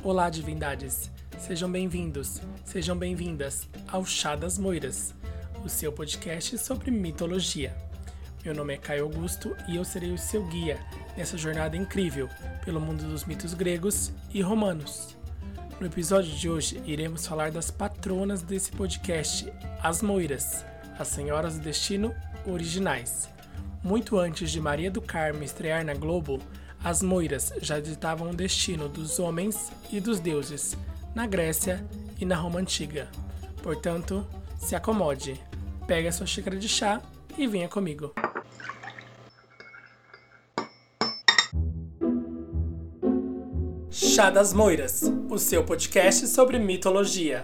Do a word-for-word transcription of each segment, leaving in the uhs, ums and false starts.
Olá, divindades! Sejam bem-vindos, sejam bem-vindas ao Chá das Moiras, o seu podcast sobre mitologia. Meu nome é Caio Augusto e eu serei o seu guia nessa jornada incrível pelo mundo dos mitos gregos e romanos. No episódio de hoje, iremos falar das patronas desse podcast, as Moiras, as Senhoras do Destino originais. Muito antes de Maria do Carmo estrear na Globo, as Moiras já ditavam o destino dos homens e dos deuses, na Grécia e na Roma Antiga. Portanto, se acomode, pegue a sua xícara de chá e venha comigo. Chá das Moiras, o seu podcast sobre mitologia.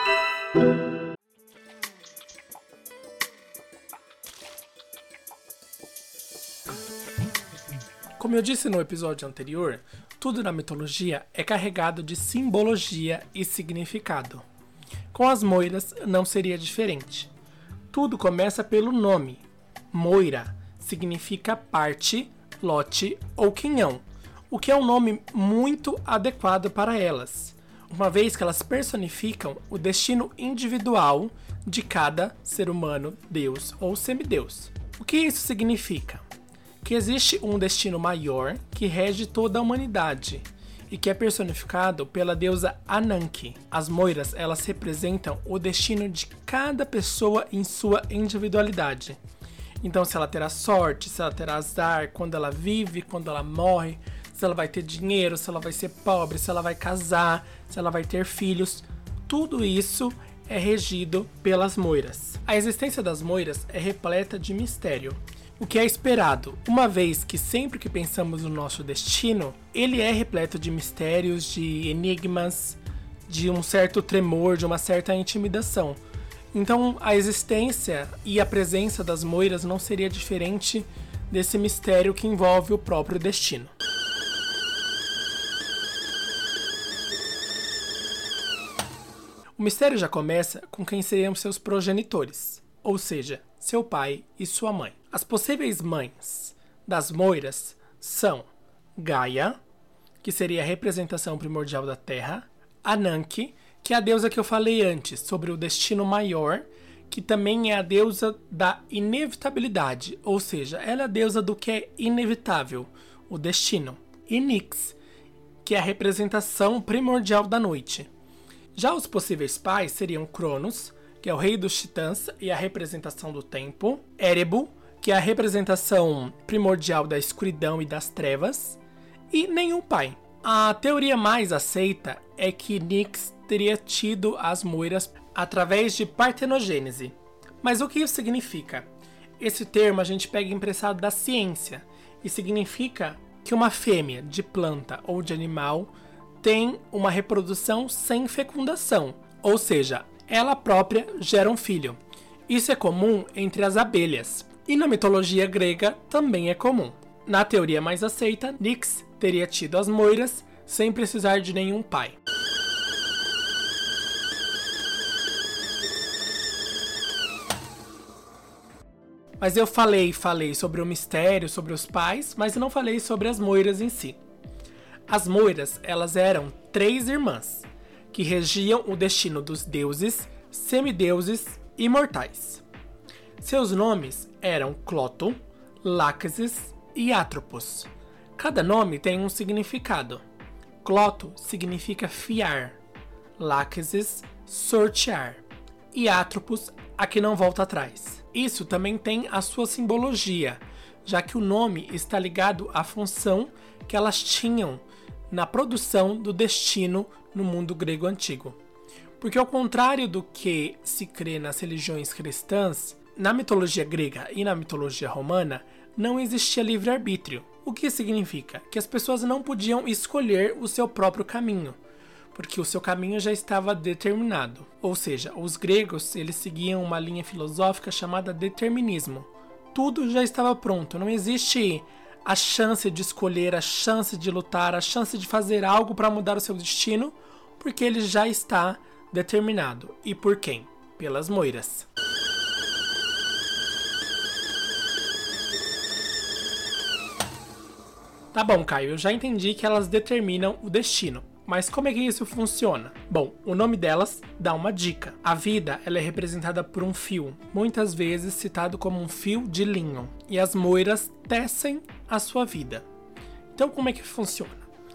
Como eu disse no episódio anterior, tudo na mitologia é carregado de simbologia e significado. Com as Moiras não seria diferente. Tudo começa pelo nome. Moira significa parte, lote ou quinhão, o que é um nome muito adequado para elas, uma vez que elas personificam o destino individual de cada ser humano, deus ou semideus. O que isso significa? Que existe um destino maior que rege toda a humanidade e que é personificado pela deusa Ananke. As Moiras, elas representam o destino de cada pessoa em sua individualidade. Então, se ela terá sorte, se ela terá azar, quando ela vive, quando ela morre, se ela vai ter dinheiro, se ela vai ser pobre, se ela vai casar, se ela vai ter filhos, tudo isso é regido pelas Moiras. A existência das Moiras é repleta de mistério. O que é esperado, uma vez que sempre que pensamos no nosso destino, ele é repleto de mistérios, de enigmas, de um certo tremor, de uma certa intimidação. Então, a existência e a presença das Moiras não seria diferente desse mistério que envolve o próprio destino. O mistério já começa com quem seriam seus progenitores, ou seja, seu pai e sua mãe. As possíveis mães das Moiras são Gaia, que seria a representação primordial da Terra, Ananke, que é a deusa que eu falei antes, sobre o destino maior, que também é a deusa da inevitabilidade, ou seja, ela é a deusa do que é inevitável, o destino, e Nyx, que é a representação primordial da noite. Já os possíveis pais seriam Cronos, que é o rei dos titãs e a representação do tempo, Erebo, que é a representação primordial da escuridão e das trevas, e nenhum pai. A teoria mais aceita é que Nyx teria tido as Moiras através de partenogênese. Mas o que isso significa? Esse termo a gente pega emprestado da ciência e significa que uma fêmea de planta ou de animal tem uma reprodução sem fecundação, ou seja, ela própria gera um filho. Isso é comum entre as abelhas, e na mitologia grega também é comum. Na teoria mais aceita, Nyx teria tido as Moiras sem precisar de nenhum pai. Mas eu falei, falei sobre o mistério, sobre os pais, mas não falei sobre as Moiras em si. As Moiras, elas eram três irmãs, que regiam o destino dos deuses, semideuses e mortais. Seus nomes eram Cloto, Láquesis e Atropos. Cada nome tem um significado. Cloto significa fiar, Láquesis, sortear, e Atropos, a que não volta atrás. Isso também tem a sua simbologia, já que o nome está ligado à função que elas tinham na produção do destino no mundo grego antigo. Porque ao contrário do que se crê nas religiões cristãs, na mitologia grega e na mitologia romana não existia livre-arbítrio. O que significa? Que as pessoas não podiam escolher o seu próprio caminho, porque o seu caminho já estava determinado. Ou seja, os gregos eles seguiam uma linha filosófica chamada determinismo. Tudo já estava pronto, não existe a chance de escolher, a chance de lutar, a chance de fazer algo para mudar o seu destino, porque ele já está determinado. E por quem? Pelas Moiras. Tá bom, Caio, eu já entendi que elas determinam o destino. Mas como é que isso funciona? Bom, o nome delas dá uma dica. A vida, ela é representada por um fio, muitas vezes citado como um fio de linho. E as moiras tecem a sua vida. Então, como é que funciona?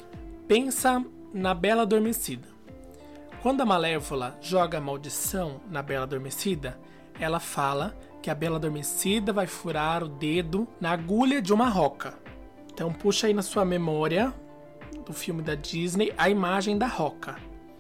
Pensa na Bela Adormecida. Quando a Malévola joga a maldição na Bela Adormecida, ela fala que a Bela Adormecida vai furar o dedo na agulha de uma roca. Então, puxa aí na sua memória do filme da Disney a imagem da roca.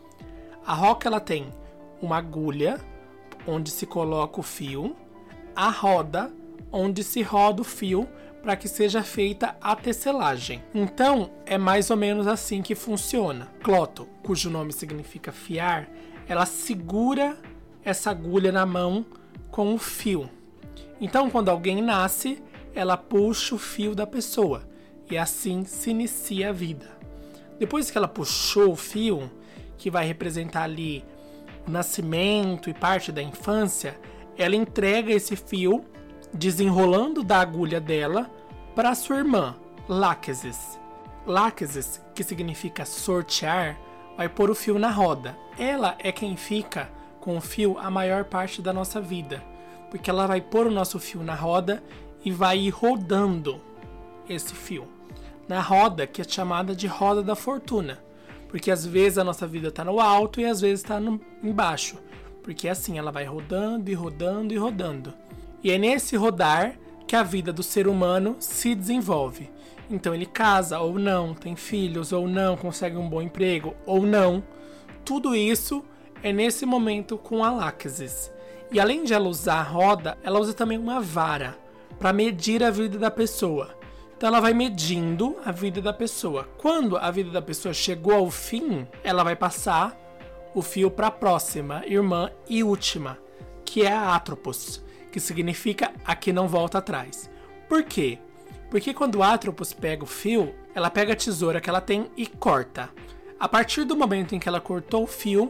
A roca, ela tem uma agulha onde se coloca o fio, a roda onde se roda o fio para que seja feita a tecelagem. Então, é mais ou menos assim que funciona. Cloto, cujo nome significa fiar, ela segura essa agulha na mão com o fio. Então, quando alguém nasce, ela puxa o fio da pessoa e assim se inicia a vida. Depois que ela puxou o fio, que vai representar ali o nascimento e parte da infância, ela entrega esse fio, desenrolando da agulha dela, para sua irmã, Láquesis. Láquesis, que significa sortear, vai pôr o fio na roda. Ela é quem fica com o fio a maior parte da nossa vida, porque ela vai pôr o nosso fio na roda e vai ir rodando esse fio. Na roda, que é chamada de roda da fortuna, porque às vezes a nossa vida está no alto e às vezes está embaixo, porque assim ela vai rodando e rodando e rodando. E é nesse rodar que a vida do ser humano se desenvolve. Então ele casa ou não, tem filhos ou não, consegue um bom emprego ou não. Tudo isso é nesse momento com a Láquesis. E além de ela usar a roda, ela usa também uma vara para medir a vida da pessoa. Então ela vai medindo a vida da pessoa. Quando a vida da pessoa chegou ao fim, ela vai passar o fio para a próxima irmã e última, que é a Atropos, que significa a que não volta atrás. Por quê? Porque quando a Atropos pega o fio, ela pega a tesoura que ela tem e corta. A partir do momento em que ela cortou o fio,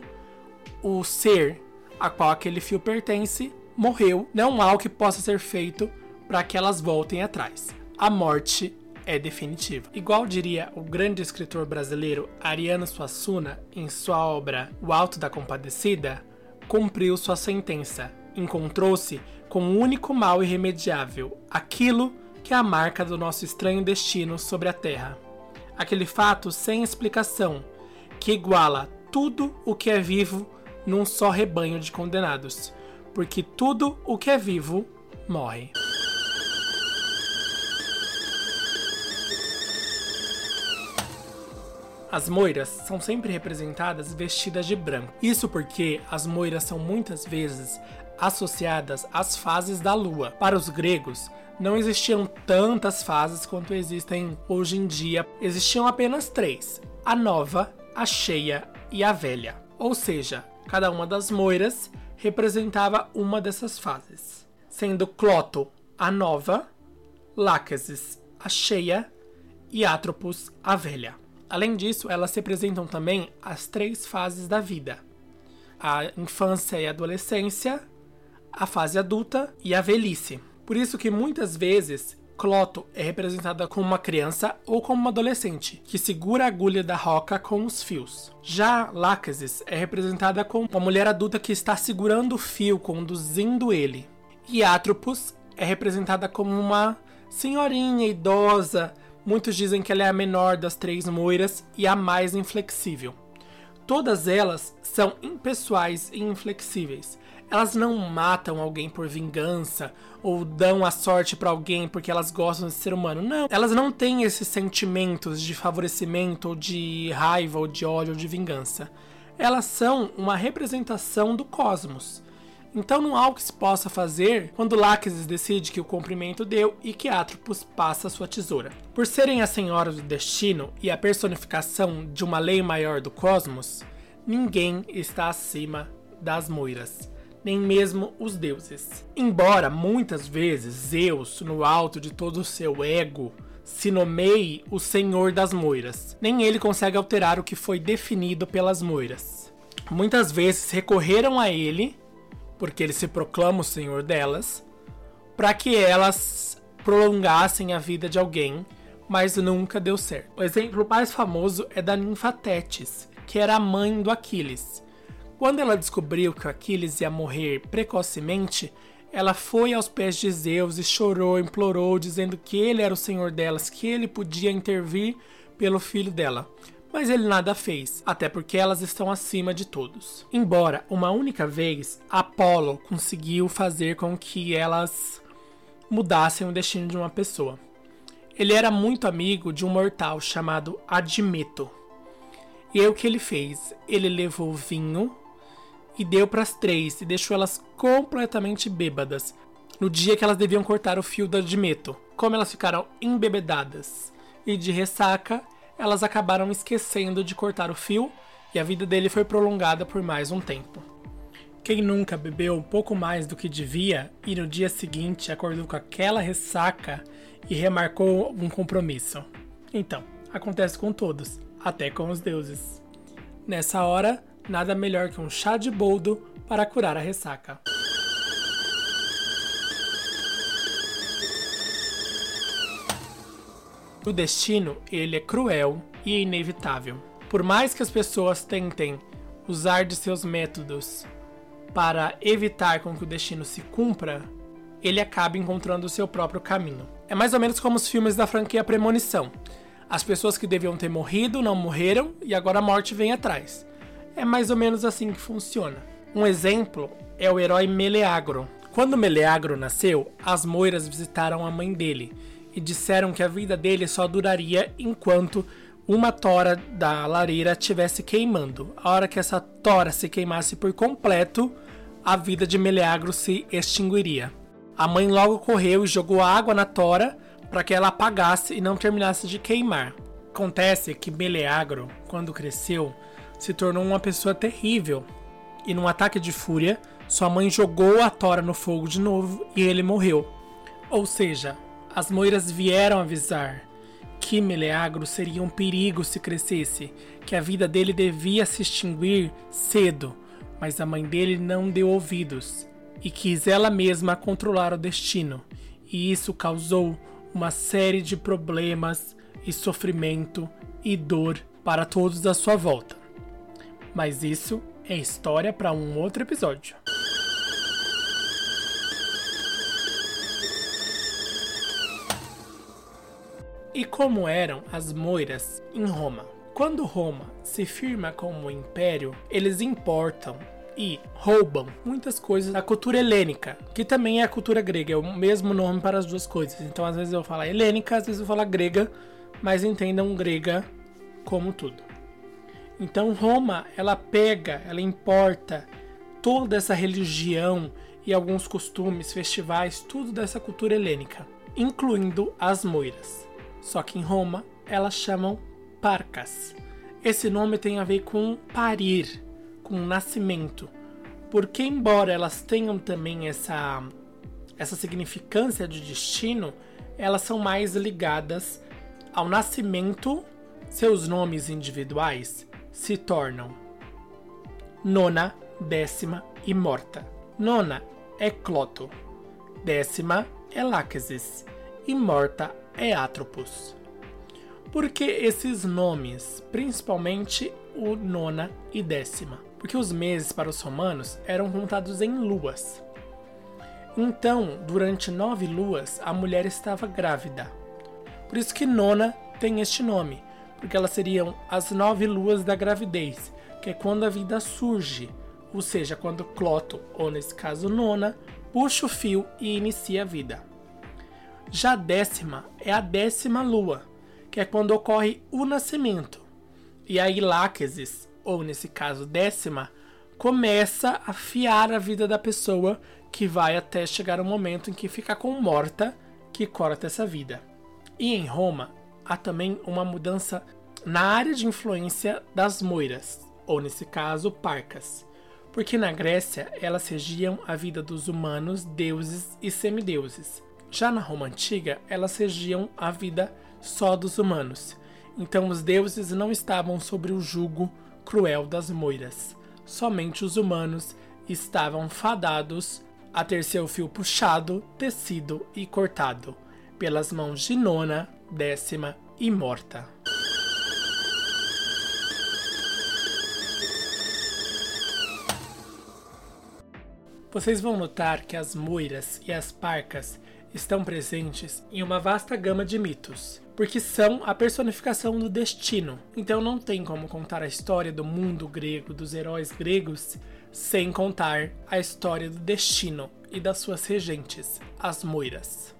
o ser a qual aquele fio pertence morreu. Não há o que possa ser feito para que elas voltem atrás. A morte é definitiva. Igual diria o grande escritor brasileiro Ariano Suassuna em sua obra O Alto da Compadecida, cumpriu sua sentença. Encontrou-se com um único mal irremediável, aquilo que é a marca do nosso estranho destino sobre a terra. Aquele fato sem explicação, que iguala tudo o que é vivo num só rebanho de condenados, porque tudo o que é vivo morre. As moiras são sempre representadas vestidas de branco. Isso porque as moiras são muitas vezes associadas às fases da lua. Para os gregos, não existiam tantas fases quanto existem hoje em dia. Existiam apenas três: a nova, a cheia e a velha. Ou seja, cada uma das moiras representava uma dessas fases, sendo Cloto a nova, Láquesis a cheia e Atropos a velha. Além disso, elas representam também as três fases da vida: a infância e a adolescência, a fase adulta e a velhice. Por isso que muitas vezes Cloto é representada como uma criança ou como uma adolescente, que segura a agulha da roca com os fios. Já Láquesis é representada como uma mulher adulta que está segurando o fio, conduzindo ele. E Atropos é representada como uma senhorinha idosa. Muitos dizem que ela é a menor das três moiras e a mais inflexível. Todas elas são impessoais e inflexíveis. Elas não matam alguém por vingança ou dão a sorte para alguém porque elas gostam de ser humano. Não, elas não têm esses sentimentos de favorecimento ou de raiva ou de ódio ou de vingança. Elas são uma representação do cosmos. Então não há o que se possa fazer quando Láquesis decide que o comprimento deu e que Atropos passa a sua tesoura. Por serem as senhoras do destino e a personificação de uma lei maior do cosmos, ninguém está acima das moiras, nem mesmo os deuses. Embora muitas vezes Zeus, no alto de todo o seu ego, se nomeie o Senhor das Moiras, nem ele consegue alterar o que foi definido pelas moiras. Muitas vezes recorreram a ele, porque ele se proclama o senhor delas, para que elas prolongassem a vida de alguém, mas nunca deu certo. O exemplo mais famoso é da ninfa Tétis, que era a mãe do Aquiles. Quando ela descobriu que o Aquiles ia morrer precocemente, ela foi aos pés de Zeus e chorou, implorou, dizendo que ele era o senhor delas, que ele podia intervir pelo filho dela. Mas ele nada fez, até porque elas estão acima de todos. Embora, uma única vez, Apolo conseguiu fazer com que elas mudassem o destino de uma pessoa. Ele era muito amigo de um mortal chamado Admeto. E aí o que ele fez? Ele levou vinho e deu para as três e deixou elas completamente bêbadas no dia que elas deviam cortar o fio do Admeto. Como elas ficaram embebedadas e de ressaca, elas acabaram esquecendo de cortar o fio e a vida dele foi prolongada por mais um tempo. Quem nunca bebeu um pouco mais do que devia e no dia seguinte acordou com aquela ressaca e remarcou um compromisso? Então, acontece com todos, até com os deuses. Nessa hora, nada melhor que um chá de boldo para curar a ressaca. O destino, ele é cruel e inevitável. Por mais que as pessoas tentem usar de seus métodos para evitar com que o destino se cumpra, ele acaba encontrando o seu próprio caminho. É mais ou menos como os filmes da franquia Premonição. As pessoas que deviam ter morrido não morreram e agora a morte vem atrás. É mais ou menos assim que funciona. Um exemplo é o herói Meleagro. Quando Meleagro nasceu, as moiras visitaram a mãe dele e disseram que a vida dele só duraria enquanto uma tora da lareira estivesse queimando. A hora que essa tora se queimasse por completo, a vida de Meleagro se extinguiria. A mãe logo correu e jogou água na tora para que ela apagasse e não terminasse de queimar. Acontece que Meleagro, quando cresceu, se tornou uma pessoa terrível. E num ataque de fúria, sua mãe jogou a tora no fogo de novo e ele morreu. Ou seja, as moiras vieram avisar que Meleagro seria um perigo se crescesse, que a vida dele devia se extinguir cedo, mas a mãe dele não deu ouvidos e quis ela mesma controlar o destino, e isso causou uma série de problemas e sofrimento e dor para todos à sua volta. Mas isso é história para um outro episódio. E como eram as moiras em Roma? Quando Roma se firma como império, eles importam e roubam muitas coisas da cultura helênica, que também é a cultura grega, é o mesmo nome para as duas coisas. Então às vezes eu vou falar helênica, às vezes eu vou falar grega, mas entendam grega como tudo. Então Roma, ela pega, ela importa toda essa religião e alguns costumes, festivais, tudo dessa cultura helênica, incluindo as moiras. Só que em Roma, elas chamam parcas. Esse nome tem a ver com parir, com nascimento. Porque embora elas tenham também essa, essa significância de destino, elas são mais ligadas ao nascimento. Seus nomes individuais se tornam nona, décima e morta. Nona é Cloto, décima é Láquesis e morta é Atropos. Por que esses nomes, principalmente o nona e décima? Porque os meses para os romanos eram contados em luas. Então, durante nove luas, a mulher estava grávida. Por isso que nona tem este nome, porque elas seriam as nove luas da gravidez, que é quando a vida surge, ou seja, quando Cloto, ou nesse caso nona, puxa o fio e inicia a vida. Já a décima é a décima lua, que é quando ocorre o nascimento. E aí Láquesis, ou nesse caso décima, começa a fiar a vida da pessoa, que vai até chegar o momento em que fica com morta, que corta essa vida. E em Roma, há também uma mudança na área de influência das moiras, ou nesse caso parcas. Porque na Grécia, elas regiam a vida dos humanos, deuses e semideuses. Já na Roma Antiga, elas regiam a vida só dos humanos. Então os deuses não estavam sobre o jugo cruel das moiras. Somente os humanos estavam fadados a ter seu fio puxado, tecido e cortado pelas mãos de nona, décima e morta. Vocês vão notar que as moiras e as parcas estão presentes em uma vasta gama de mitos, porque são a personificação do destino. Então não tem como contar a história do mundo grego, dos heróis gregos, sem contar a história do destino e das suas regentes, as moiras.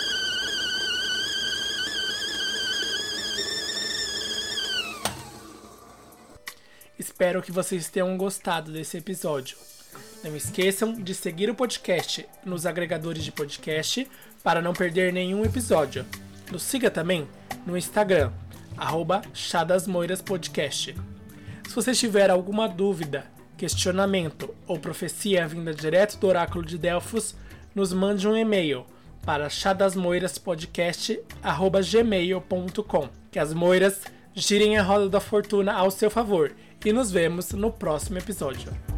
Espero que vocês tenham gostado desse episódio. Não esqueçam de seguir o podcast nos agregadores de podcast para não perder nenhum episódio. Nos siga também no Instagram, arroba Chá das Moiras Podcast. Se você tiver alguma dúvida, questionamento ou profecia vinda direto do Oráculo de Delfos, nos mande um e-mail para chadasmoiraspodcast arroba gmail ponto com. Que as moiras girem a roda da fortuna ao seu favor e nos vemos no próximo episódio.